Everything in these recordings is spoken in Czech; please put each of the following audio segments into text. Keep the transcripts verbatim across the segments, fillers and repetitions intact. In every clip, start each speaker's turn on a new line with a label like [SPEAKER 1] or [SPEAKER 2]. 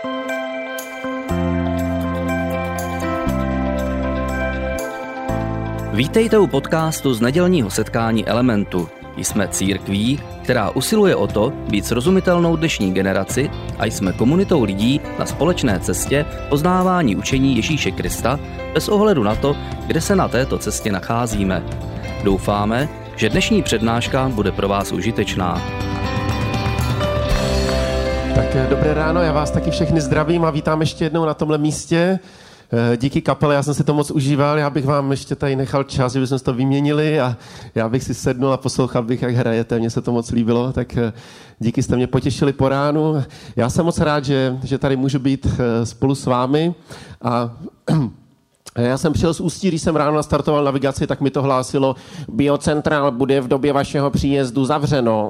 [SPEAKER 1] Vítejte u podcastu z nedělního setkání Elementu. Jsme církví, která usiluje o to být srozumitelnou dnešní generaci a jsme komunitou lidí na společné cestě poznávání učení Ježíše Krista bez ohledu na to, kde se na této cestě nacházíme. Doufáme, že dnešní přednáška bude pro vás užitečná.
[SPEAKER 2] Tak dobré ráno, já vás taky všechny zdravím a vítám ještě jednou na tomhle místě. Díky kapele, já jsem si to moc užíval, já bych vám ještě tady nechal čas, že bychom to vyměnili a já bych si sednul a poslouchal bych, jak hrajete, mně se to moc líbilo, tak díky, jste mě potěšili po ránu. Já jsem moc rád, že, že tady můžu být spolu s vámi a já jsem přijel z Ústí, když jsem ráno nastartoval navigaci, tak mi to hlásilo, Biocentral bude v době vašeho příjezdu zavřeno.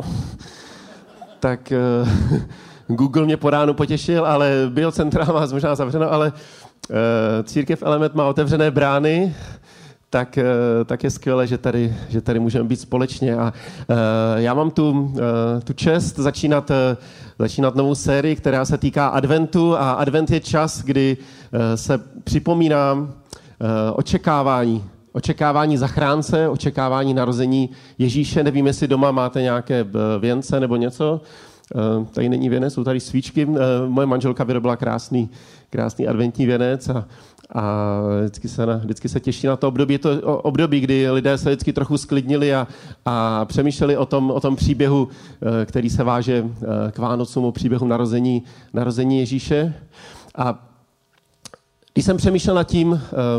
[SPEAKER 2] Tak Google mě po ránu potěšil, ale Biocentral má možná zavřeno, ale Církev Element má otevřené brány, tak, tak je skvělé, že tady, že tady můžeme být společně. A já mám tu, tu čest začínat, začínat novou sérii, která se týká adventu a advent je čas, kdy se připomíná očekávání. Očekávání zachránce, očekávání narození Ježíše. Nevím, jestli doma máte nějaké věnce nebo něco. Tady není věnec, jsou tady svíčky. Moje manželka vyrobila krásný, krásný adventní věnec a, a vždycky, se na, vždycky se těší na to období. Je to období, kdy lidé se vždycky trochu sklidnili a, a přemýšleli o tom, o tom příběhu, který se váže k Vánocům, o příběhu narození, narození Ježíše. A když jsem přemýšlel nad tím,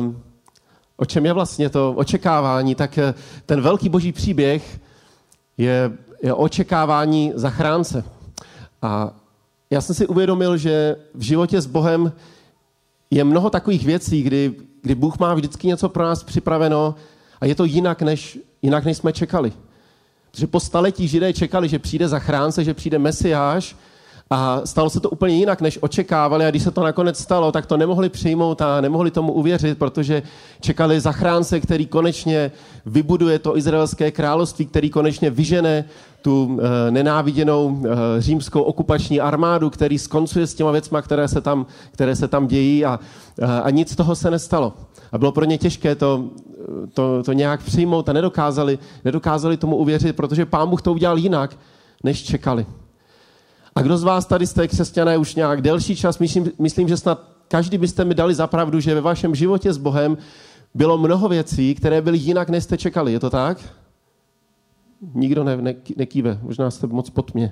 [SPEAKER 2] o čem je vlastně to očekávání, tak ten velký boží příběh je, je očekávání zachránce. A já jsem si uvědomil, že v životě s Bohem je mnoho takových věcí, kdy, kdy Bůh má vždycky něco pro nás připraveno a je to jinak, než, jinak, než jsme čekali. Protože po staletí Židé čekali, že přijde zachránce, že přijde Mesiáš a stalo se to úplně jinak, než očekávali a když se to nakonec stalo, tak to nemohli přijmout a nemohli tomu uvěřit, protože čekali zachránce, který konečně vybuduje to izraelské království, který konečně vyžene tu e, nenáviděnou e, římskou okupační armádu, který skoncuje s těma věcma, které se tam, které se tam dějí a, a, a nic z toho se nestalo. A bylo pro ně těžké to, to, to nějak přijmout a nedokázali, nedokázali tomu uvěřit, protože Pán Bůh to udělal jinak, než čekali. A kdo z vás tady jste křesťané už nějak delší čas, myslím, myslím, že snad každý byste mi dali za pravdu, že ve vašem životě s Bohem bylo mnoho věcí, které byly jinak, než jste čekali. Je to tak? Nikdo ne, ne, nekýve. Možná jste moc pod mě.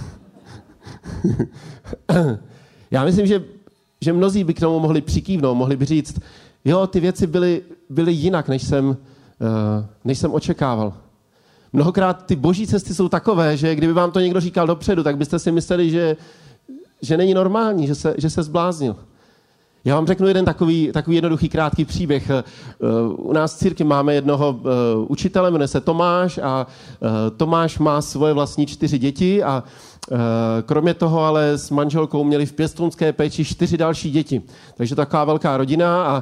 [SPEAKER 2] Já myslím, že, že mnozí by k tomu mohli přikývnout, mohli by říct, jo, ty věci byly, byly jinak, než jsem, než jsem očekával. Mnohokrát ty boží cesty jsou takové, že kdyby vám to někdo říkal dopředu, tak byste si mysleli, že, že není normální, že se, že se zbláznil. Já vám řeknu jeden takový, takový jednoduchý, krátký příběh. U nás v církvi máme jednoho učitele, jmenuje se Tomáš a Tomáš má svoje vlastní čtyři děti a kromě toho ale s manželkou měli v pěstounské péči čtyři další děti. Takže taková velká rodina a,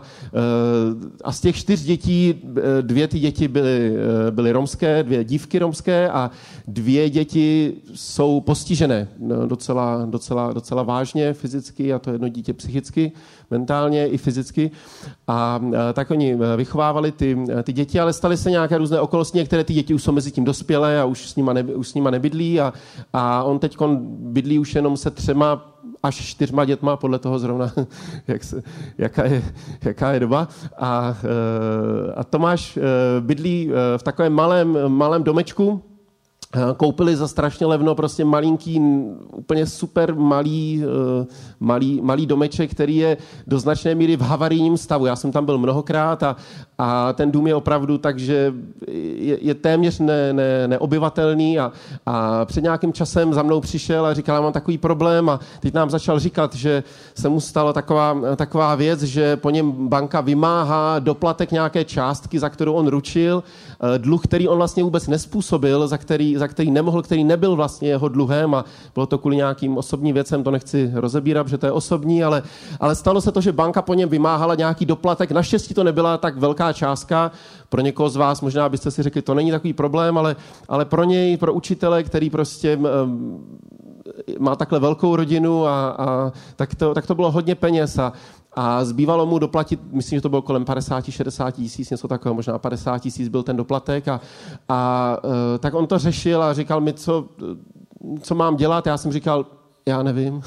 [SPEAKER 2] a z těch čtyř dětí dvě ty děti byly, byly romské, dvě dívky romské a dvě děti jsou postižené docela, docela, docela vážně fyzicky a to jedno dítě psychicky, mentálně i fyzicky. A tak oni vychovávali ty, ty děti, ale staly se nějaké různé okolnosti, některé ty děti už jsou mezi tím dospělé a už s nima, ne, už s nima nebydlí a, a on teď bydlí už jenom se třema až čtyřma dětma, podle toho zrovna, jak se, jaká, je, jaká je doba. A, a Tomáš bydlí v takovém malém, malém domečku, koupili za strašně levno prostě malinký, úplně super malý, malý, malý domeček, který je do značné míry v havarijním stavu. Já jsem tam byl mnohokrát a, a ten dům je opravdu tak, že je, je téměř ne, ne, neobyvatelný a, a před nějakým časem za mnou přišel a říkal, mám takový problém a teď nám začal říkat, že se mu stala taková, taková věc, že po něm banka vymáhá doplatek nějaké částky, za kterou on ručil, dluh, který on vlastně vůbec nespůsobil, za který, za který nemohl, který nebyl vlastně jeho dluhem a bylo to kvůli nějakým osobním věcem, to nechci rozebírat, protože to je osobní, ale, ale stalo se to, že banka po něm vymáhala nějaký doplatek. Naštěstí to nebyla tak velká částka. Pro někoho z vás možná byste si řekli, to není takový problém, ale, ale pro něj, pro učitele, který prostě má takhle velkou rodinu a, a tak, to, tak to bylo hodně peněz a, a zbývalo mu doplatit, myslím, že to bylo kolem padesát šedesát tisíc, něco takového, možná padesát tisíc byl ten doplatek a, a tak on to řešil a říkal mi, co, co mám dělat. Já jsem říkal, já nevím.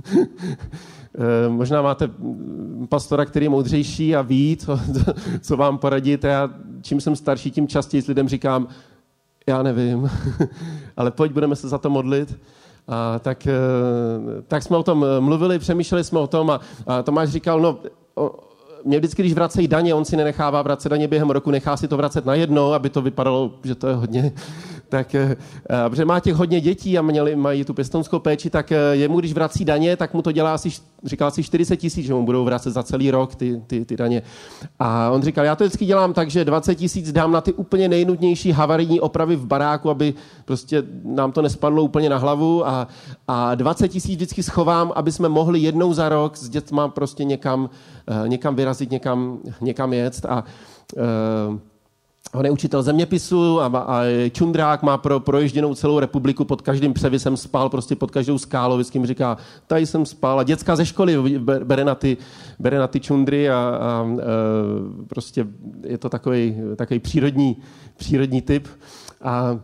[SPEAKER 2] Možná máte pastora, který je moudřejší a ví, co, co vám poradit. Já, čím jsem starší, tím častěji s lidem říkám, já nevím, ale pojď, budeme se za to modlit. A tak, tak jsme o tom mluvili, přemýšleli jsme o tom a, a Tomáš říkal, no, o, mě vždycky, když vracejí daně, on si nenechává vracet daně během roku, nechá si to vracet najednou, aby to vypadalo, že to je hodně. Tak, protože má těch hodně dětí a měli, mají tu pěstounskou péči, tak jemu, když vrací daně, tak mu to dělá asi, říkal asi čtyřicet tisíc, že mu budou vracet za celý rok ty, ty, ty daně. A on říkal, já to vždycky dělám tak, že dvacet tisíc dám na ty úplně nejnutnější havarijní opravy v baráku, aby prostě nám to nespadlo úplně na hlavu a, a dvacet tisíc vždycky schovám, aby jsme mohli jednou za rok s dětma prostě někam, někam vyrazit, někam, někam jet a uh, on je učitel zeměpisu a, a čundrák, má pro proježděnou celou republiku, pod každým převisem spal, prostě pod každou skálou, vždycky mi říká, tady jsem spal a děcka ze školy bere na ty, bere na ty čundry a, a, a prostě je to takový, takový přírodní, přírodní typ. A, a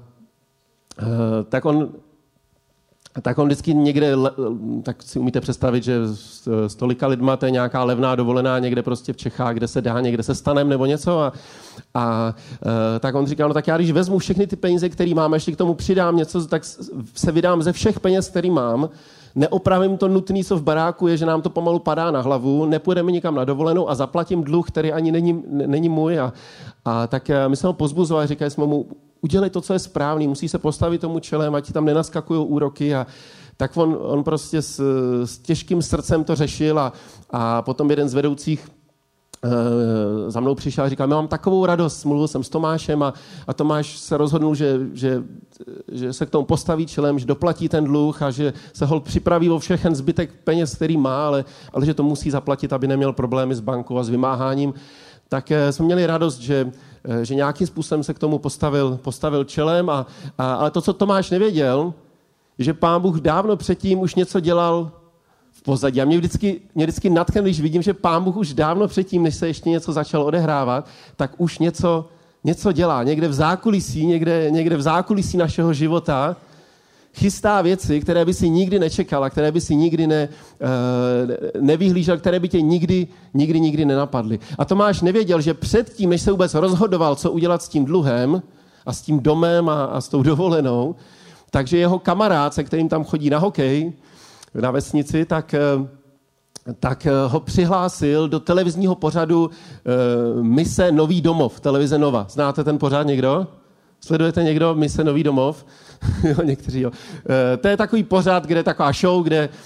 [SPEAKER 2] tak on tak on vždycky někde, tak si umíte představit, že s tolika lidma to je nějaká levná dovolená někde prostě v Čechách, kde se dá, někde se stanem nebo něco a, a tak on říkal, no tak já když vezmu všechny ty peníze, které mám, ještě k tomu přidám něco, tak se vydám ze všech peněz, který mám, neopravím to nutný, co v baráku je, že nám to pomalu padá na hlavu, nepůjdeme nikam na dovolenou a zaplatím dluh, který ani není, není můj. A, a tak my jsme ho pozbuzovali, říkali jsme mu, udělej to, co je správný, musí se postavit tomu čelem, ať ti tam nenaskakují úroky. A tak on, on prostě s, s těžkým srdcem to řešil a, a potom jeden z vedoucích e, za mnou přišel a říkal, já mám takovou radost, mluvil jsem s Tomášem a, a Tomáš se rozhodnul, že, že, že se k tomu postaví čelem, že doplatí ten dluh a že se hol připraví o všechen zbytek peněz, který má, ale, ale že to musí zaplatit, aby neměl problémy s bankou a s vymáháním. Tak jsme měli radost, že, že nějakým způsobem se k tomu postavil, postavil čelem, a, a, ale to, co Tomáš nevěděl, že Pán Bůh dávno předtím už něco dělal v pozadí. A mě vždycky, mě vždycky nadchne, když vidím, že Pán Bůh už dávno předtím, než se ještě něco začalo odehrávat, tak už něco, něco dělá. Někde v zákulisí, někde, někde v zákulisí našeho života chystá věci, které by si nikdy nečekala, které by si nikdy ne, nevyhlížel, které by tě nikdy, nikdy, nikdy nenapadly. A Tomáš nevěděl, že předtím, než se vůbec rozhodoval, co udělat s tím dluhem a s tím domem a, a s tou dovolenou, takže jeho kamarád, se kterým tam chodí na hokej na vesnici, tak, tak ho přihlásil do televizního pořadu Mise Nový domov, televize Nova. Znáte ten pořad někdo? Sledujete někdo Mise Nový domov? Jo, někteří, jo. E, to je takový pořad, kde je taková show, kde e,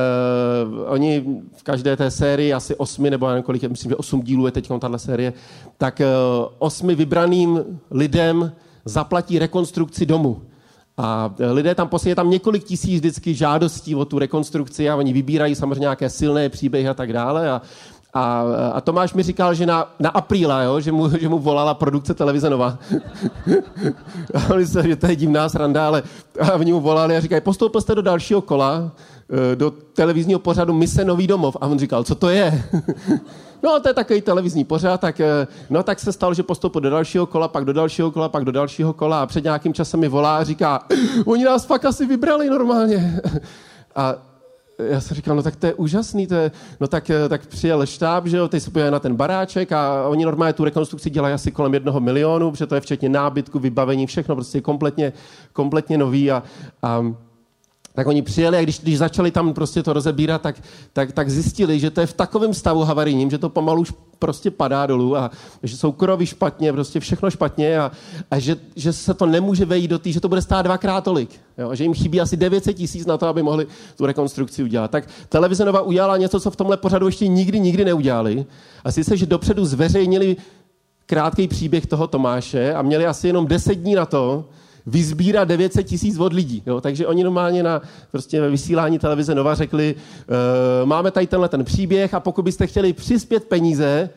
[SPEAKER 2] oni v každé té sérii, asi osmi, nebo nevím kolik, myslím, že osm dílů je teď tato série, tak e, osmi vybraným lidem zaplatí rekonstrukci domu. A lidé tam posílají tam několik tisíc vždycky žádostí o tu rekonstrukci a oni vybírají samozřejmě nějaké silné příběhy a tak dále. A, a, a Tomáš mi říkal, že na, na apríla, jo, že, mu, že mu volala produkce televize Nova. A oni se, že to je divná sranda, ale a oni mu volali a říkají, postoupil jste do dalšího kola, do televizního pořadu Mise Nový domov. A on říkal, co to je? No, to je takový televizní pořad, tak, no, tak se stalo, že postoupil do dalšího kola, pak do dalšího kola, pak do dalšího kola a před nějakým časem mi volá a říká, oni nás fakt asi vybrali normálně. A já jsem říkal, no tak to je úžasný, to je, no tak, tak přijel štáb, že jo, teď se podívají na ten baráček a oni normálně tu rekonstrukci dělají asi kolem jednoho milionu, protože to je včetně nábytku, vybavení, všechno prostě kompletně, kompletně nový a, a tak oni přijeli a když, když začali tam prostě to rozebírat, tak, tak, tak zjistili, že to je v takovém stavu havarijním, že to pomalu už prostě padá dolů a že jsou krovy špatně, prostě všechno špatně a, a že, že se to nemůže vejít do té, že to bude stát dvakrát tolik. Jo? Že jim chybí asi devět set tisíc na to, aby mohli tu rekonstrukci udělat. Tak televize Nova udělala něco, co v tomhle pořadu ještě nikdy, nikdy neudělali. A sice, že dopředu zveřejnili krátký příběh toho Tomáše a měli asi jenom deset dní na to, vyzbírat devět set tisíc od lidí. Jo? Takže oni normálně na prostě vysílání televize Nova řekli, e, máme tady tenhle ten příběh a pokud byste chtěli přispět peníze,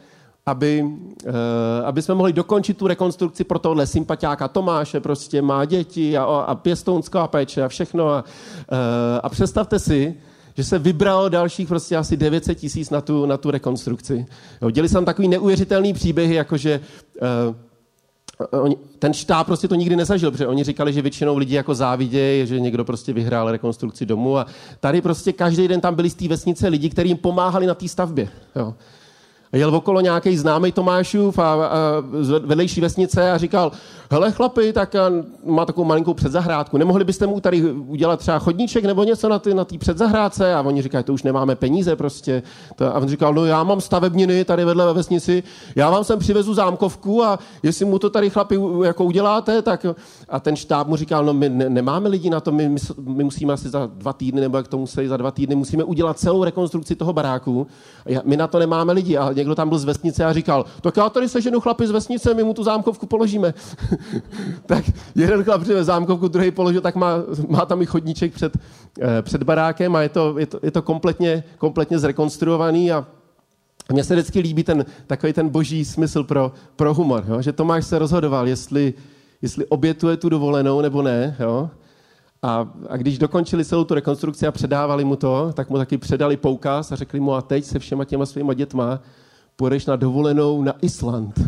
[SPEAKER 2] aby, aby jsme mohli dokončit tu rekonstrukci pro tohle sympatiáka Tomáše, prostě má děti a, a pěstounská péče a všechno. A, a představte si, že se vybralo dalších prostě asi devět set tisíc na tu, na tu rekonstrukci. Jo, děli se tam takový neuvěřitelný příběhy, jakože uh, ten štáb prostě to nikdy nezažil, protože oni říkali, že většinou lidi jako závidějí, že někdo prostě vyhrál rekonstrukci domu a tady prostě každý den tam byli z té vesnice lidi, kteří jim pomáhali na té stavbě. Jo. Jel okolo nějaký známý Tomášův a, a z vedlejší vesnice a říkal, hele chlapi, tak má takovou malinkou předzahrádku, nemohli byste mu tady udělat třeba chodníček nebo něco na té na předzahrádce? A oni říkají, to už nemáme peníze prostě. To, a on říkal, no já mám stavebniny tady vedle ve vesnici, já vám sem přivezu zámkovku a jestli mu to tady chlapi jako uděláte, tak... A ten štáb mu říkal, no my ne, nemáme lidi na to, my, my, my musíme asi za dva týdny, nebo jak to museli za dva týdny, musíme udělat celou rekonstrukci toho baráku. My na to nemáme lidi. A někdo tam byl z vesnice a říkal, tak já tady seženu chlapi z vesnice, my mu tu zámkovku položíme. Tak jeden chlap přivez zámkovku, druhý položil, tak má, má tam i chodníček před, eh, před barákem a je to, je to, je to kompletně, kompletně zrekonstruovaný a mně se vždycky líbí ten, takový ten boží smysl pro, pro humor, jo? Že Tomáš se rozhodoval, jestli, jestli obětuje tu dovolenou nebo ne, jo? A, a když dokončili celou tu rekonstrukci a předávali mu to, tak mu taky předali poukaz a řekli mu, a teď se všema těma svýma dětma půjdeš na dovolenou na Island.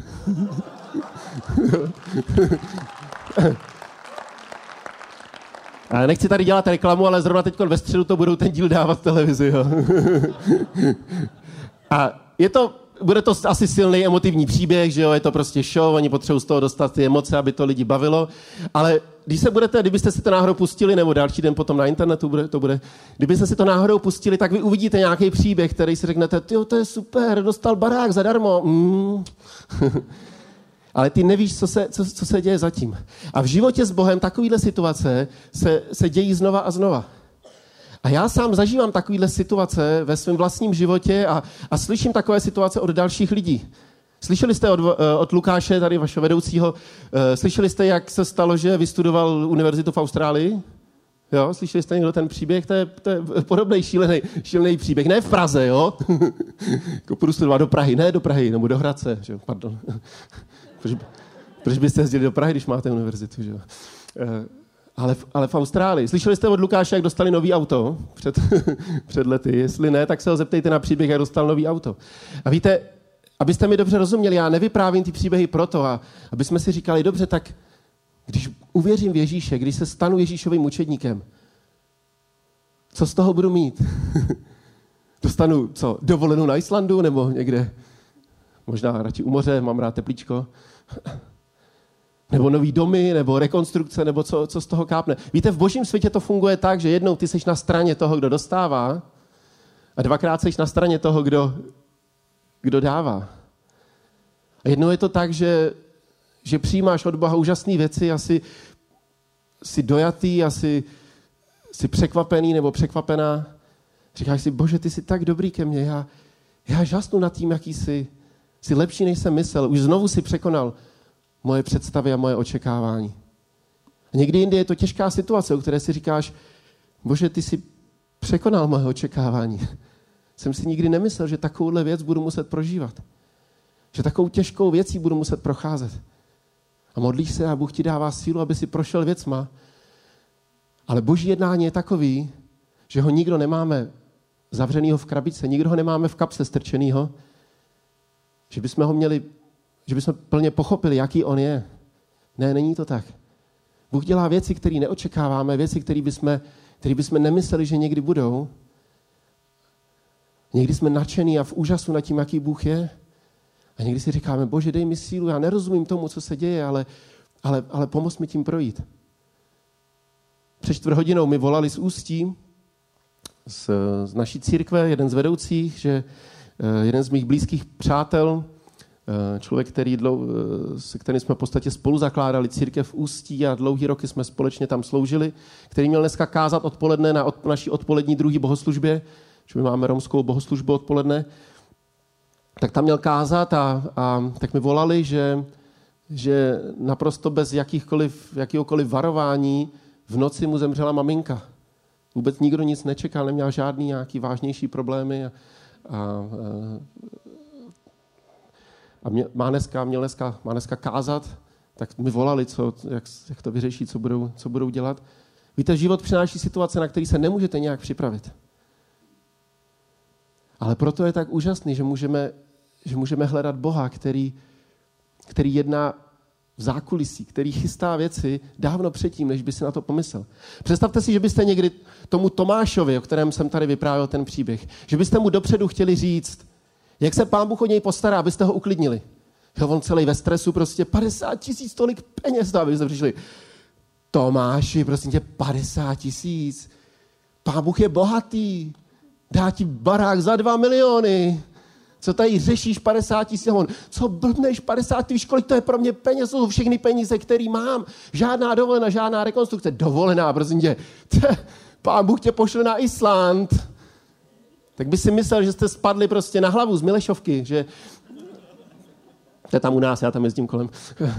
[SPEAKER 2] A nechci tady dělat reklamu, ale zrovna teď ve středu to budou ten díl dávat v televizi. Jo. A je to, bude to asi silný emotivní příběh, že jo, je to prostě show, oni potřebují z toho dostat ty emoce, aby to lidi bavilo, ale když se budete, kdybyste si to náhodou pustili, nebo další den potom na internetu bude, to bude, kdybyste si to náhodou pustili, tak vy uvidíte nějaký příběh, který si řeknete, tyjo, to je super, dostal barák zadarmo. Mm. Ale ty nevíš, co se, co, co se děje zatím. A v životě s Bohem takovýhle situace se, se dějí znova a znova. A já sám zažívám takovýhle situace ve svém vlastním životě a, a slyším takové situace od dalších lidí. Slyšeli jste od, od Lukáše, tady vašeho vedoucího, slyšeli jste, jak se stalo, že vystudoval univerzitu v Austrálii? Jo, slyšeli jste někdo ten příběh? To je, to je podobný šílený, šílený příběh. Ne v Praze, jo? Jako půjdu studovat do Prahy, ne do Prahy, nebo do Hradce, že? Pardon. Proč, proč byste jezdili do Prahy, když máte univerzitu, že? Ale, ale v Austrálii. Slyšeli jste od Lukáše, jak dostali nový auto před, před lety? Jestli ne, tak se ho zeptejte na příběh, jak dostal nový auto. A víte, abyste mi dobře rozuměli, já nevyprávím ty příběhy proto, a aby jsme si říkali, dobře, tak když uvěřím v Ježíše, když se stanu Ježíšovým učedníkem, co z toho budu mít? Dostanu, co, dovolenou na Islandu nebo někde? Možná radši u moře, mám rád teplíčko. Nebo nový domy, nebo rekonstrukce, nebo co, co z toho kápne. Víte, v božím světě to funguje tak, že jednou ty seš na straně toho, kdo dostává, a dvakrát seš na straně toho, kdo, kdo dává. A jednou je to tak, že, že přijímáš od Boha úžasné věci a jsi, jsi dojatý a jsi, jsi překvapený nebo překvapená. Říkáš si, Bože, ty jsi tak dobrý ke mně, já, já žasnu nad tím, jaký jsi. Jsi lepší, než jsem myslel. Už znovu si překonal moje představy a moje očekávání. A někdy jindy je to těžká situace, o které si říkáš, Bože, ty jsi překonal moje očekávání. Jsem si nikdy nemyslel, že takovouhle věc budu muset prožívat. Že takovou těžkou věcí budu muset procházet. A modlíš se a Bůh ti dává sílu, aby si prošel věcma. Ale boží jednání je takový, že ho nikdo nemáme zavřenýho v krabičce, nikdo ho nemáme v kapse strčenýho, že bychom ho měli, že bychom plně pochopili, jaký on je. Ne, není to tak. Bůh dělá věci, které neočekáváme, věci, které bychom, které bychom nemysleli, že někdy budou. Někdy jsme nadšení a v úžasu nad tím, jaký Bůh je. A někdy si říkáme, Bože, dej mi sílu, já nerozumím tomu, co se děje, ale, ale, ale pomoz mi tím projít. Před čtvrt hodinou mi volali z Ústí, z, z naší církve, jeden z vedoucích, že jeden z mých blízkých přátel, člověk, který dlou, se kterým jsme v podstatě spolu zakládali církev v Ústí a dlouhý roky jsme společně tam sloužili, který měl dneska kázat odpoledne na od, naší odpolední druhé bohoslužbě, že my máme romskou bohoslužbu odpoledne, tak tam měl kázat a, a tak mi volali, že, že naprosto bez jakýchkoliv, jakýhokoliv varování v noci mu zemřela maminka. Vůbec nikdo nic nečekal, neměl žádný nějaký vážnější problémy a, a, a mě, má, dneska, měl dneska, má dneska kázat, tak mi volali, co, jak, jak to vyřeší, co budou, co budou dělat. Víte, život přináší situace, na které se nemůžete nějak připravit. Ale proto je tak úžasný, že můžeme, že můžeme hledat Boha, který, který jedná v zákulisí, který chystá věci dávno předtím, než by si na to pomyslel. Představte si, že byste někdy tomu Tomášovi, o kterém jsem tady vyprávěl ten příběh, že byste mu dopředu chtěli říct, jak se Pán Bůh o něj postará, abyste ho uklidnili. Jo, on celý ve stresu, prostě padesát tisíc, tolik peněz, abyste přišli. Tomáši, prosím tě, padesát tisíc. Pán Bůh je bohatý. Dá ti barák za dva miliony. Co tady řešíš padesát tisíc? On, co blbneš padesát, ty víš, kolik to je pro mě peněz, jsou všechny peníze, který mám. Žádná dovolená, žádná rekonstrukce. Dovolená, prosím tě. Pán Bůh tě pošle na Island. Tak by si myslel, že jste spadli prostě na hlavu z Milešovky, že to je tam u nás, já tam jezdím kolem.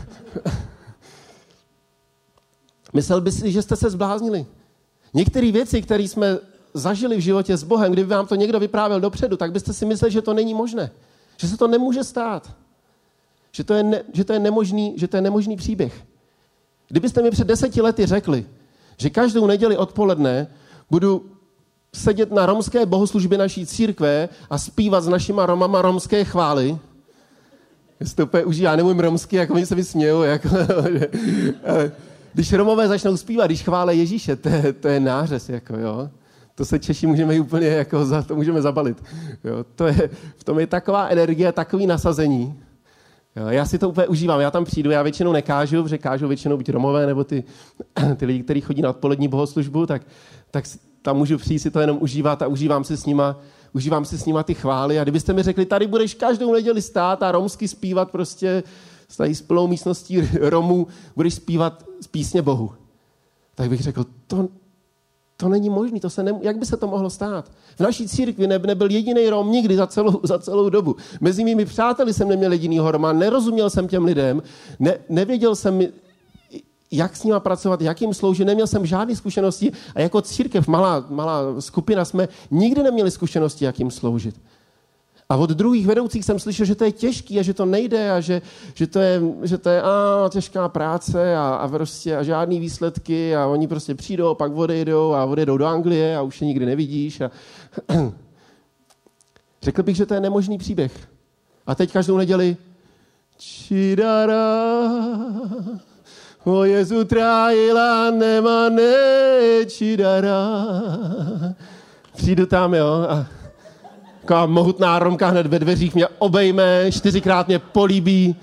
[SPEAKER 2] Myslel by si, že jste se zbláznili. Některé věci, které jsme zažili v životě s Bohem, kdyby vám to někdo vyprávěl dopředu, tak byste si mysleli, že to není možné. Že se to nemůže stát. Že to je, ne, že to je, nemožný, že to je nemožný příběh. Kdybyste mi před deseti lety řekli, že každou neděli odpoledne budu sedět na romské bohoslužbě naší církve a zpívat s našima Romama romské chvály, jestli to úplně užívá, já nemůžu romsky, jako oni se mi smějou, jako, když Romové začnou zpívat, když chvále Ježíše, to je, to je nářez, jako jo. To se Češi můžeme úplně jako za to můžeme zabalit. Jo. To je, v tom je taková energie, takový nasazení. Jo. Já si to úplně užívám, já tam přijdu, já většinou nekážu, protože kážou většinou být Romové, nebo ty, ty lidi, kteří chodí na odpolední bohoslužbu, tak, tak tam můžu přijít si to jenom užívat a užívám si s nima, užívám si s nima ty chvály. A kdybyste mi řekli, tady budeš každou neděli stát a romsky zpívat prostě tady s plnou místností Romů, budeš zpívat z písně Bohu. Tak bych řekl, to, to není možné, to se ne, jak by se to mohlo stát? V naší církvi ne, nebyl jediný Rom nikdy za celou, za celou dobu. Mezi mými přáteli jsem neměl jedinýho Roma, nerozuměl jsem těm lidem, ne, nevěděl jsem, jak s nima pracovat, jak jim sloužit, neměl jsem žádné zkušenosti a jako církev, malá, malá skupina, jsme nikdy neměli zkušenosti, jak jim sloužit. A od druhých vedoucích jsem slyšel, že to je těžký a že to nejde a že, že to je, že to je a, těžká práce a, a, prostě, a žádný výsledky a oni prostě přijdou, pak odejdou a odejdou do Anglie a už je nikdy nevidíš. A řekl bych, že to je nemožný příběh. A teď každou neděli čidara, o Jezu trájila nemane čidara. Přijdu tam, jo, a taková mohutná Romka hned ve dveřích mě obejme, čtyřikrát mě políbí.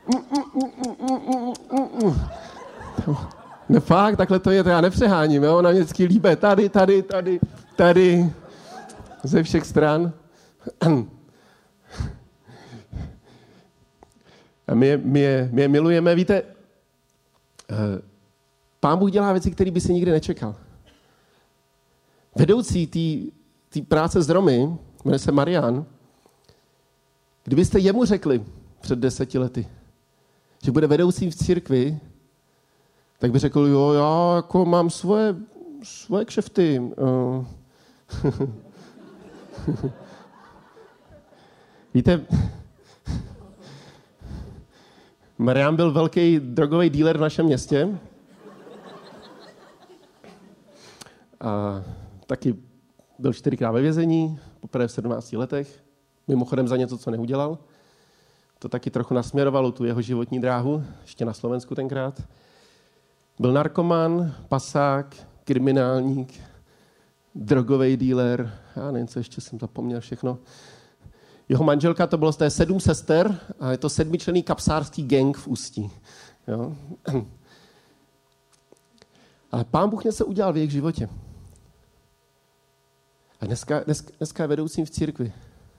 [SPEAKER 2] No fakt, takhle to je, to já nepřeháním, jo? Ona mě vždycky líbe tady, tady, tady, tady, ze všech stran. A my je, my je, my je milujeme, víte, Pán Bůh dělá věci, které by si nikdy nečekal. Vedoucí té práce s Romy, jmenuje se Marian, kdybyste jemu řekli před deseti lety, že bude vedoucím v církvi, tak by řekl, jo, já jako mám svoje, svoje kšefty. Víte, Marian byl velký drogový dealer v našem městě. A taky byl čtyřikrát ve vězení, poprvé v sedmnácti letech, mimochodem za něco, co neudělal. To taky trochu nasměrovalo tu jeho životní dráhu, ještě na Slovensku tenkrát. Byl narkoman, pasák, kriminálník, drogový dealer, já nevím, co ještě jsem zapomněl všechno. Jeho manželka, to bylo z té sedm sester a je to sedmičlenný kapsárský gang v Ústí. Jo? Ale Pán Bůh něco udělal v jejich životě. A dneska, dneska, dneska je vedoucím v církvi.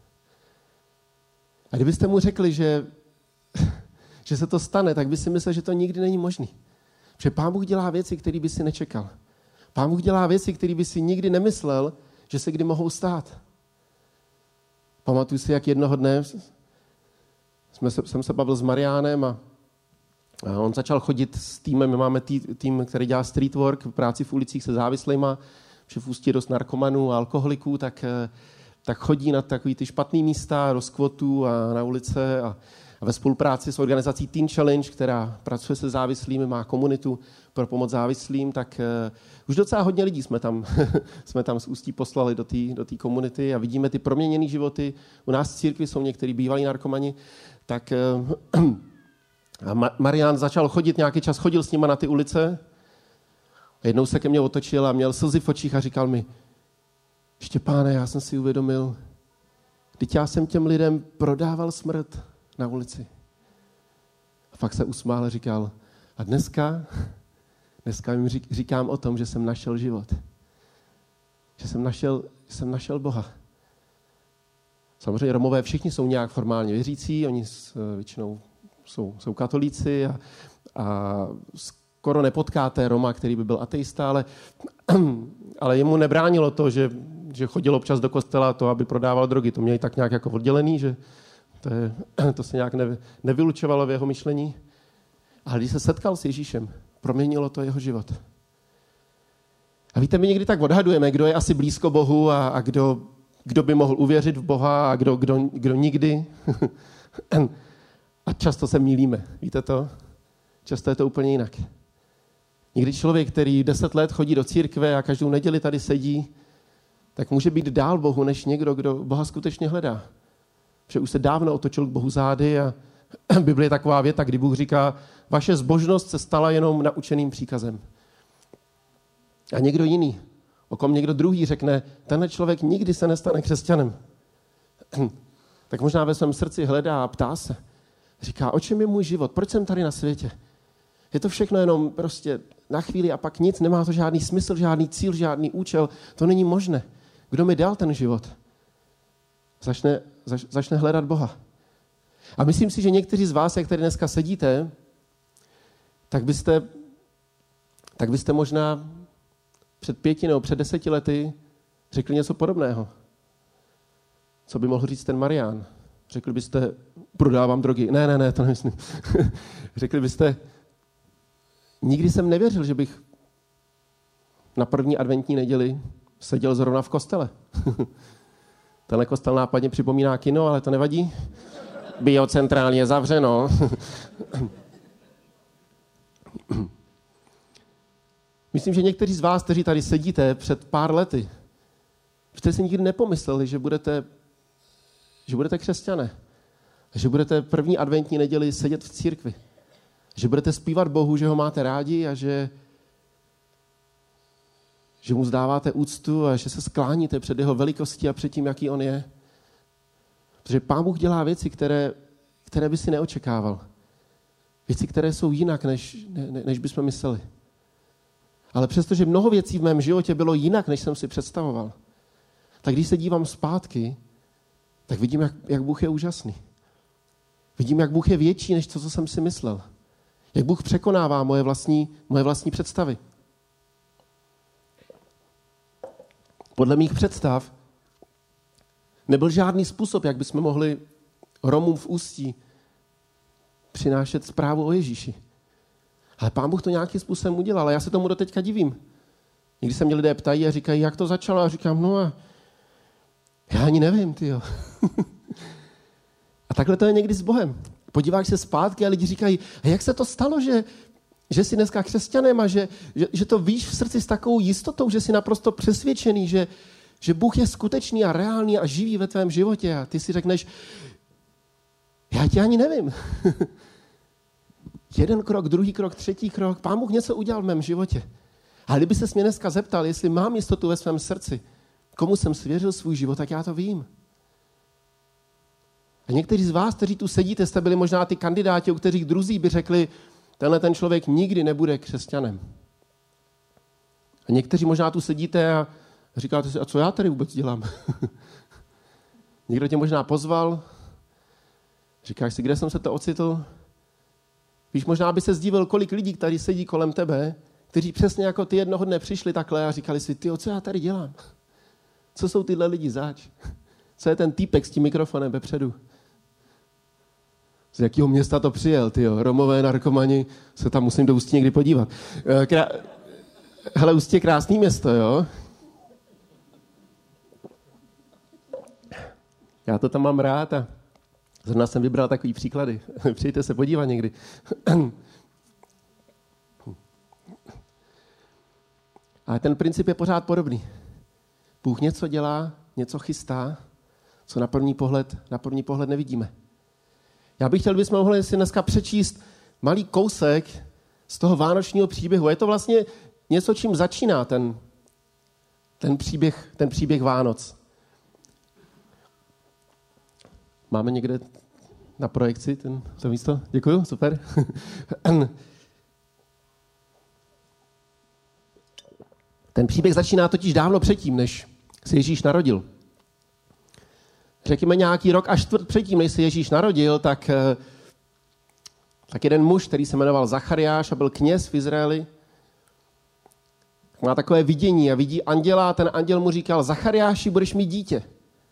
[SPEAKER 2] A kdybyste mu řekli, že, že se to stane, tak by si myslel, že to nikdy není možný. Protože Pán Bůh dělá věci, které by si nečekal. Pán Bůh dělá věci, které by si nikdy nemyslel, že se kdy mohou stát. Pamatuju si, jak jednoho dne jsme se, jsem se bavil s Mariánem a, a on začal chodit s týmem, my máme tý, tým, který dělá street work, práci v ulicích se závislejma, že v Ústí je dost narkomanů a alkoholiků, tak, tak chodí na takový ty špatný místa, rozkvotů a na ulice a, A ve spolupráci s organizací Teen Challenge, která pracuje se závislými, má komunitu pro pomoc závislým, tak uh, už docela hodně lidí jsme tam, jsme tam z Ústí poslali do té do té komunity a vidíme ty proměněné životy. U nás v církvi jsou někteří bývalí narkomani, tak uh, a Ma- Marián začal chodit nějaký čas, chodil s nima na ty ulice. A jednou se ke mně otočil a měl slzy v očích a říkal mi, Štěpáne, já jsem si uvědomil, vždyť já jsem těm lidem prodával smrt na ulici. A fakt se usmál a říkal, a dneska, dneska jim říkám o tom, že jsem našel život. Že jsem našel, že jsem našel Boha. Samozřejmě Romové všichni jsou nějak formálně věřící, oni většinou jsou, jsou katolíci a, a skoro nepotkáte Roma, který by byl ateista, ale, ale jemu nebránilo to, že, že chodil občas do kostela to, aby prodával drogy. To měli tak nějak jako oddělený, že to, je, to se nějak ne, nevylučovalo v jeho myšlení. Ale když se setkal s Ježíšem, proměnilo to jeho život. A víte, my někdy tak odhadujeme, kdo je asi blízko Bohu a, a kdo, kdo by mohl uvěřit v Boha a kdo, kdo, kdo nikdy. A často se mýlíme. Víte to? Často je to úplně jinak. Někdy člověk, který deset let chodí do církve a každou neděli tady sedí, tak může být dál Bohu, než někdo, kdo Boha skutečně hledá. Že už se dávno otočil k Bohu zády a Bible je taková věta, kdy Bůh říká, vaše zbožnost se stala jenom naučeným příkazem. A někdo jiný, o kom někdo druhý řekne, tenhle člověk nikdy se nestane křesťanem. Tak možná ve svém srdci hledá a ptá se. Říká, o čem je můj život? Proč jsem tady na světě? Je to všechno jenom prostě na chvíli a pak nic, nemá to žádný smysl, žádný cíl, žádný účel. To není možné. Kdo mi dal ten život? Začne, zač, začne hledat Boha. A myslím si, že někteří z vás, jak tady dneska sedíte, tak byste, tak byste možná před pěti nebo před deseti lety řekli něco podobného. Co by mohl říct ten Marián? Řekli byste, prodávám drogy. Ne, ne, ne, to nemyslím. Řekli byste, nikdy jsem nevěřil, že bych na první adventní neděli seděl zrovna v kostele. Tenhle kostel nápadně připomíná kino, ale to nevadí. Biocentrálně je zavřeno. Myslím, že někteří z vás, kteří tady sedíte před pár lety, jste si nikdy nepomysleli, že budete, že budete křesťané. Že budete první adventní neděli sedět v církvi. Že budete zpívat Bohu, že ho máte rádi a že, že mu zdáváte úctu a že se skláníte před jeho velikostí a před tím, jaký on je. Protože Pán Bůh dělá věci, které, které by si neočekával. Věci, které jsou jinak, než, ne, než bychom mysleli. Ale přestože mnoho věcí v mém životě bylo jinak, než jsem si představoval, tak když se dívám zpátky, tak vidím, jak, jak Bůh je úžasný. Vidím, jak Bůh je větší, než to, co jsem si myslel. Jak Bůh překonává moje vlastní, moje vlastní představy. Podle mých představ nebyl žádný způsob, jak bychom mohli Romům v Ústí přinášet zprávu o Ježíši. Ale Pán Bůh to nějakým způsobem udělal a já se tomu doteďka divím. Někdy se mě lidé ptají a říkají, jak to začalo? A říkám, no a já ani nevím, tyjo. A takhle to je někdy s Bohem. Podíváš se zpátky a lidi říkají, a jak se to stalo, že, že jsi dneska křesťanem a že, že, že to víš v srdci s takovou jistotou, že jsi naprosto přesvědčený, že, že Bůh je skutečný a reálný a živý ve tvém životě a ty si řekneš, já tě ani nevím. Jeden krok, druhý krok, třetí krok, Pán Bůh něco udělal v mém životě. A kdyby ses mě dneska zeptal, jestli mám jistotu ve svém srdci, komu jsem svěřil svůj život, tak já to vím. A někteří z vás, kteří tu sedíte, jste byli možná ty kandidáti, u kterých druzí by řekli, tenhle ten člověk nikdy nebude křesťanem. A někteří možná tu sedíte a říkáte si, a co já tady vůbec dělám? Někdo tě možná pozval, říkáš si, kde jsem se to ocitl? Víš, možná by se zdívil, kolik lidí, kteří sedí kolem tebe, kteří přesně jako ty jednoho dne přišli takhle a říkali si, tyjo, co já tady dělám? Co jsou tyhle lidi zač? Co je ten týpek s tím mikrofonem vepředu? Z jakého města to přijel, tyjo? Romové narkomani, se tam musím do Ústí někdy podívat. Krá... Hele, Ústí je krásný město, jo? Já to tam mám rád a Zrovna jsem vybral takový příklady. Přijďte se podívat někdy. Ale ten princip je pořád podobný. Bůh něco dělá, něco chystá, co na první pohled, na první pohled nevidíme. Já bych chtěl, bychom mohli si dneska přečíst malý kousek z toho vánočního příběhu. Je to vlastně něco, čím začíná ten, ten, příběh, ten příběh Vánoc. Máme někde na projekci ten, to místo? Děkuju, super. Ten příběh začíná totiž dávno předtím, než se Ježíš narodil. Řekněme nějaký rok a čtvrt předtím, než se Ježíš narodil, tak, tak jeden muž, který se jmenoval Zachariáš a byl kněz v Izraeli, má takové vidění a vidí anděla a ten anděl mu říkal: Zachariáši, budeš mít dítě.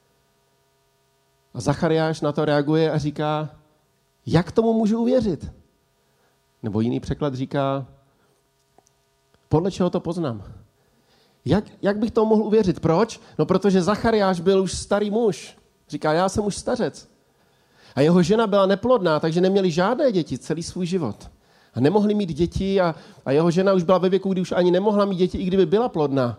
[SPEAKER 2] A Zachariáš na to reaguje a říká: jak tomu můžu uvěřit? Nebo jiný překlad říká: podle čeho to poznám? Jak, jak bych tomu mohl uvěřit? Proč? No protože Zachariáš byl už starý muž. Říká: já jsem už stařec. A jeho žena byla neplodná, takže neměli žádné děti celý svůj život. A nemohli mít děti a, a jeho žena už byla ve věku, kdy už ani nemohla mít děti, i kdyby byla plodná.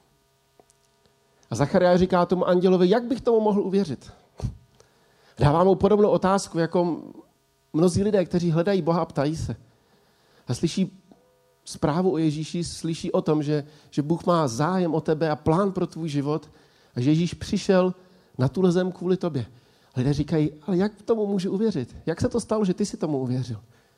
[SPEAKER 2] A Zachariáš říká tomu andělovi: jak bych tomu mohl uvěřit? Dává mu podobnou otázku, jako mnozí lidé, kteří hledají Boha a ptají se. A slyší zprávu o Ježíši, slyší o tom, že, že Bůh má zájem o tebe a plán pro tvůj život a že Ježíš přišel na tuhle zem kvůli tobě. A lidé říkají: ale jak tomu můžu uvěřit? Jak se to stalo, že ty si tomu uvěřil?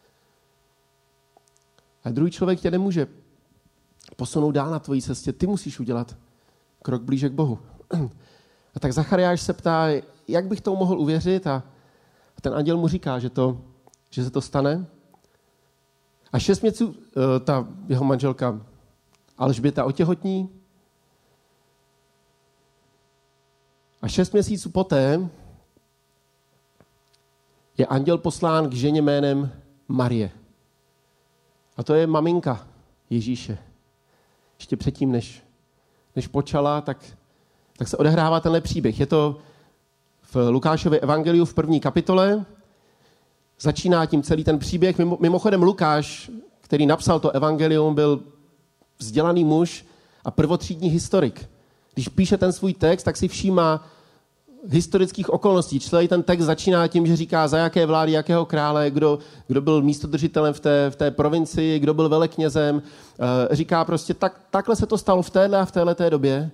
[SPEAKER 2] A druhý člověk tě nemůže posunout dál na tvojí cestě. Ty musíš udělat krok blíže k Bohu. A tak Zachariáš se ptá, jak bych tomu mohl uvěřit, a ten anděl mu říká, že, to, že se to stane. A šest měsíců ta jeho manželka Alžběta otěhotní. A šest měsíců poté je anděl poslán k ženě jménem Marie. A to je maminka Ježíše. Ještě předtím, než, než počala, tak, tak se odehrává tenhle příběh. Je to v Lukášově evangeliu v první kapitole. Začíná tím celý ten příběh. Mimochodem Lukáš, který napsal to evangelium, byl vzdělaný muž a prvotřídní historik. Když píše ten svůj text, tak si všímá historických okolností. Celý ten text začíná tím, že říká, za jaké vlády, jakého krále, kdo, kdo byl místodržitelem v té, v té provincii, kdo byl veleknězem. Říká prostě, tak, takhle se to stalo v téhle a v téhleté době.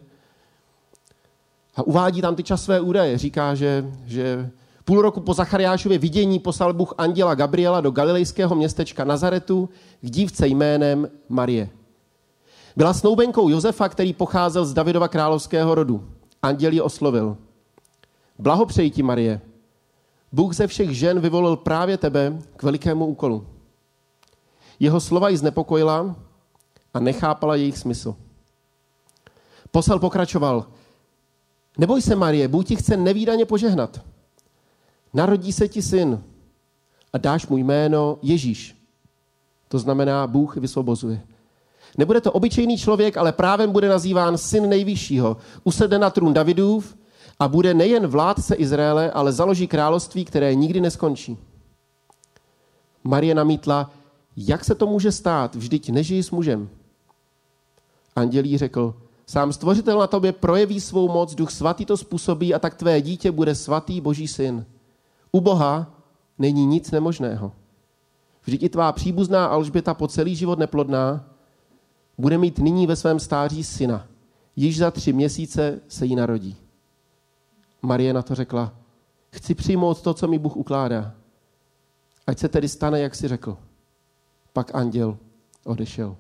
[SPEAKER 2] A uvádí tam ty časové údaje. Říká, že, že půl roku po Zachariášově vidění poslal Bůh anděla Gabriela do galilejského městečka Nazaretu k dívce jménem Marie. Byla snoubenkou Josefa, který pocházel z Davidova královského rodu. Anděl ji oslovil: blahopřeji ti, Marie. Bůh ze všech žen vyvolil právě tebe k velikému úkolu. Jeho slova ji znepokojila a nechápala jejich smysl. Posel pokračoval: neboj se, Marie, Bůh ti chce nevídaně požehnat. Narodí se ti syn a dáš mu jméno Ježíš. To znamená, Bůh vysvobozuje. Nebude to obyčejný člověk, ale právem bude nazýván syn nejvyššího. Usedne na trůn Davidův a bude nejen vládce Izraele, ale založí království, které nikdy neskončí. Marie namítla: jak se to může stát, vždyť nežijí s mužem. Anděl jí řekl: sám Stvořitel na tobě projeví svou moc, Duch svatý to způsobí a tak tvé dítě bude svatý Boží syn. U Boha není nic nemožného. Vždyť i tvá příbuzná Alžběta, po celý život neplodná, bude mít nyní ve svém stáří syna. Již za tři měsíce se jí narodí. Marie na to řekla: chci přijmout to, co mi Bůh ukládá. Ať se tedy stane, jak jsi řekl. Pak anděl odešel.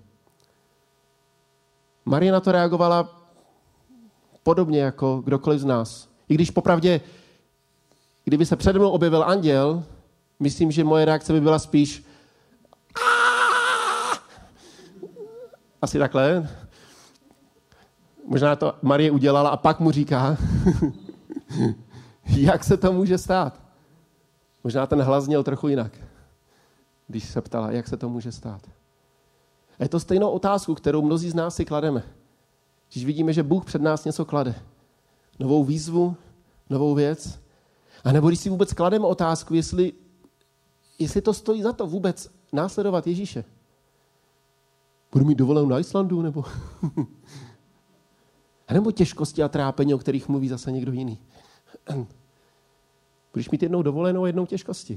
[SPEAKER 2] Marie na to reagovala podobně jako kdokoliv z nás. I když popravdě, kdyby se přede mnou objevil anděl, myslím, že moje reakce by byla spíš asi takhle. Možná to Marie udělala a pak mu říká, jak se to může stát. Možná ten hlas zněl trochu jinak, když se ptala, jak se to může stát. A je to stejnou otázku, kterou mnozí z nás si klademe. Když vidíme, že Bůh před nás něco klade. Novou výzvu, novou věc. A nebo když si vůbec klademe otázku, jestli, jestli to stojí za to vůbec následovat Ježíše. Budu mít dovolenou na Islandu, nebo... a nebo těžkosti a trápení, o kterých mluví zase někdo jiný. Budeš mít jednou dovolenou a jednou těžkosti.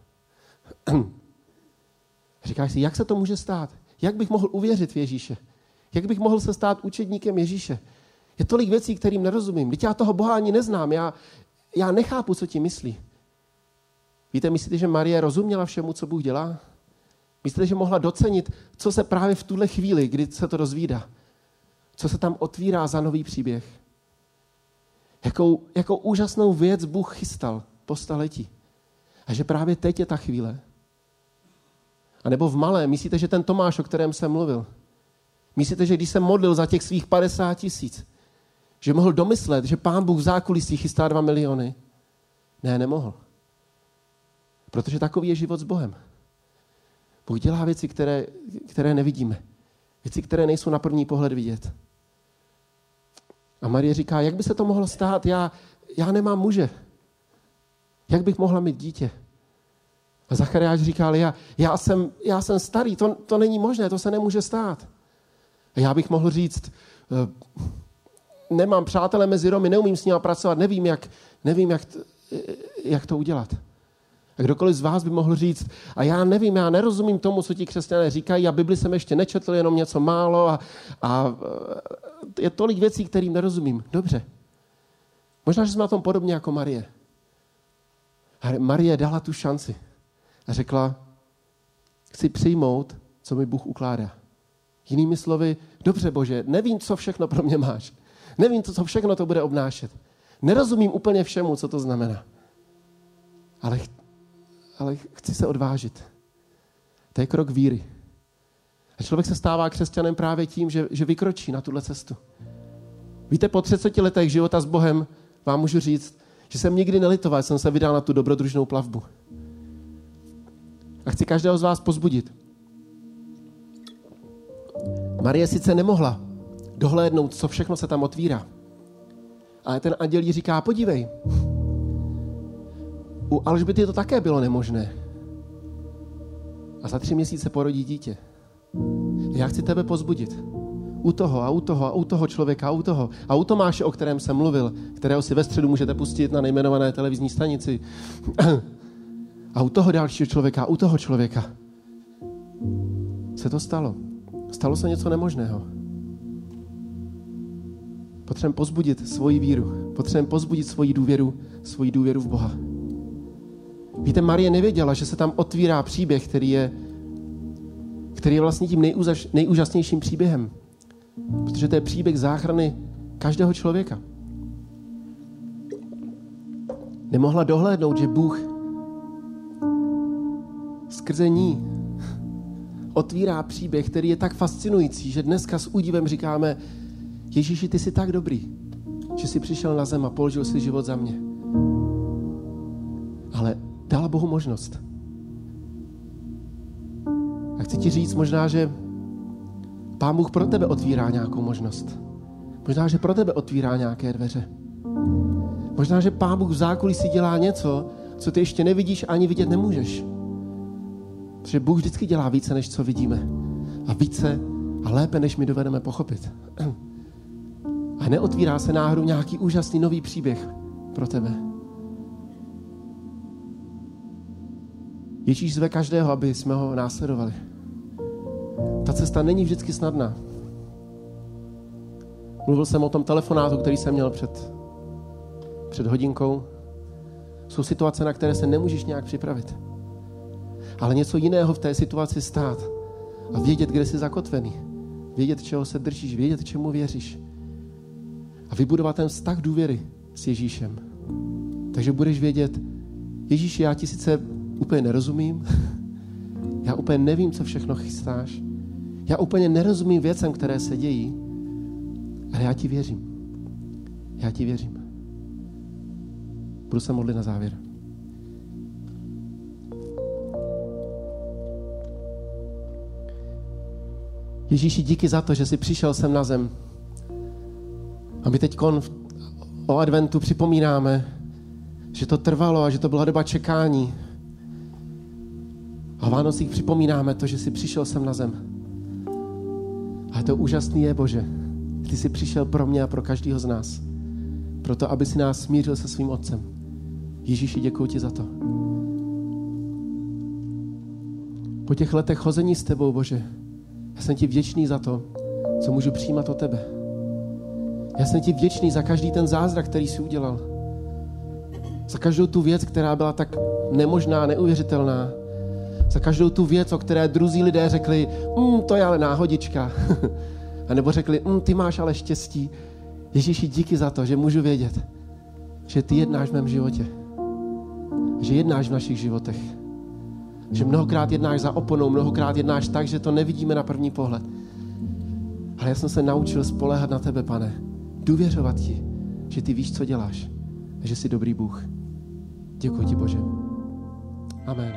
[SPEAKER 2] Říkáš si, jak se to může stát? Jak bych mohl uvěřit v Ježíše? Jak bych mohl se stát učedníkem Ježíše? Je tolik věcí, kterým nerozumím. Vždyť já toho Boha ani neznám. Já, já nechápu, co ti myslí. Víte, myslíte, že Marie rozuměla všemu, co Bůh dělá? Myslíte, že mohla docenit, co se právě v tuhle chvíli, kdy se to rozvídá, co se tam otvírá za nový příběh? Jakou, jakou úžasnou věc Bůh chystal po staletí. A že právě teď je ta chvíle. A nebo v malé, myslíte, že ten Tomáš, o kterém jsem mluvil, myslíte, že když se modlil za těch svých padesát tisíc, že mohl domyslet, že Pán Bůh v zákulisí chystá dva miliony? Ne, nemohl. Protože takový je život s Bohem. Bůh dělá věci, které, které nevidíme. Věci, které nejsou na první pohled vidět. A Marie říká, jak by se to mohlo stát? Já, já nemám muže. Jak bych mohla mít dítě? A Zachariáš říkal, já, já, jsem, já jsem starý, to, to není možné, to se nemůže stát. A já bych mohl říct, nemám přátele mezi Romy, neumím s nimi pracovat, nevím, jak, nevím jak, jak to udělat. A kdokoliv z vás by mohl říct, a já nevím, já nerozumím tomu, co ti křesťané říkají, a Bibli jsem ještě nečetl, jenom něco málo a, a je tolik věcí, kterým nerozumím. Dobře. Možná, že jsme na tom podobně jako Marie. A Marie dala tu šanci a řekla, chci přijmout, co mi Bůh ukládá. Jinými slovy, dobře Bože, nevím, co všechno pro mě máš. Nevím, co všechno to bude obnášet. Nerozumím úplně všemu, co to znamená. Ale, ale chci se odvážit. To je krok víry. A člověk se stává křesťanem právě tím, že, že vykročí na tuhle cestu. Víte, po třiceti letech života s Bohem vám můžu říct, že jsem nikdy nelitoval, jsem se vydal na tu dobrodružnou plavbu. A chci každého z vás pozbudit. Marie sice nemohla dohlédnout, co všechno se tam otvírá. Ale ten anděl jí říká, podívej, u Alžběty to také bylo nemožné. A za tři měsíce porodí dítě. Já chci tebe pozbudit. U toho a u toho a u toho člověka a u toho. A u Tomáše, o kterém jsem mluvil, kterého si ve středu můžete pustit na nejmenované televizní stanici. A u toho dalšího člověka a u toho člověka. Se to stalo. Stalo se něco nemožného. Potřebujeme pozbudit svoji víru. Potřebujeme pozbudit svoji důvěru, svoji důvěru v Boha. Víte, Marie nevěděla, že se tam otvírá příběh, který je, který je vlastně tím nejúžas, nejúžasnějším příběhem. Protože to je příběh záchrany každého člověka. Nemohla dohlédnout, že Bůh skrze ní otvírá příběh, který je tak fascinující, že dneska s údivem říkáme, Ježíši, ty jsi tak dobrý, že jsi přišel na zem a položil si život za mě. Ale dala Bohu možnost. A chci ti říct možná, že Pán Bůh pro tebe otvírá nějakou možnost. Možná, že pro tebe otvírá nějaké dveře. Možná, že Pán Bůh v zákulisí dělá něco, co ty ještě nevidíš ani vidět nemůžeš. Protože Bůh vždycky dělá více, než co vidíme. A více a lépe, než my dovedeme pochopit. A neotvírá se náhodou nějaký úžasný nový příběh pro tebe. Ježíš zve každého, aby jsme ho následovali. Ta cesta není vždycky snadná. Mluvil jsem o tom telefonátu, který jsem měl před, před hodinkou. Jsou situace, na které se nemůžeš nějak připravit. Ale něco jiného v té situaci stát a vědět, kde jsi zakotvený. Vědět, čeho se držíš, vědět, čemu věříš. A vybudovat ten vztah důvěry s Ježíšem. Takže budeš vědět, Ježíši, já ti sice úplně nerozumím, já úplně nevím, co všechno chystáš, já úplně nerozumím věcem, které se dějí, ale já ti věřím. Já ti věřím. Budu se modlit na závěr. Ježíši, díky za to, že jsi přišel sem na zem. A my teď o adventu připomínáme, že to trvalo a že to byla doba čekání. A o Vánocích připomínáme to, že jsi přišel sem na zem. A to úžasný je, Bože. Ty jsi přišel pro mě a pro každého z nás. Proto, aby si nás smířil se svým Otcem. Ježíši, děkuji ti za to. Po těch letech chození s tebou, Bože, já jsem ti vděčný za to, co můžu přijímat od tebe. Já jsem ti vděčný za každý ten zázrak, který jsi udělal. Za každou tu věc, která byla tak nemožná, neuvěřitelná. Za každou tu věc, o které druzí lidé řekli, mm, to je ale náhodička. A nebo řekli, mm, ty máš ale štěstí. Ježíši, díky za to, že můžu vědět, že ty jednáš v mém životě. Že jednáš v našich životech. Že mnohokrát jednáš za oponou, mnohokrát jednáš tak, že to nevidíme na první pohled. Ale já jsem se naučil spoléhat na tebe, Pane. Důvěřovat ti, že ty víš, co děláš. A že jsi dobrý Bůh. Děkuji ti, Bože. Amen.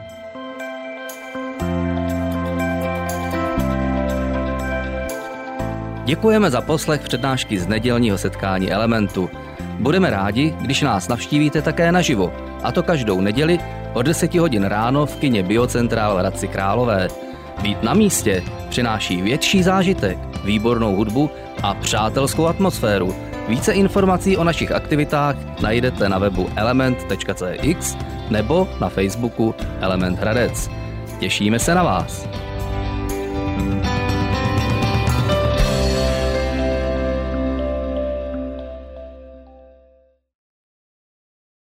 [SPEAKER 1] Děkujeme za poslech přednášky z nedělního setkání Elementu. Budeme rádi, když nás navštívíte také naživo, a to každou neděli od deseti hodin ráno v kině Biocentrál v Hradci Králové. Být na místě přináší větší zážitek, výbornou hudbu a přátelskou atmosféru. Více informací o našich aktivitách najdete na webu element tečka cé x nebo na Facebooku Element Hradec. Těšíme se na vás.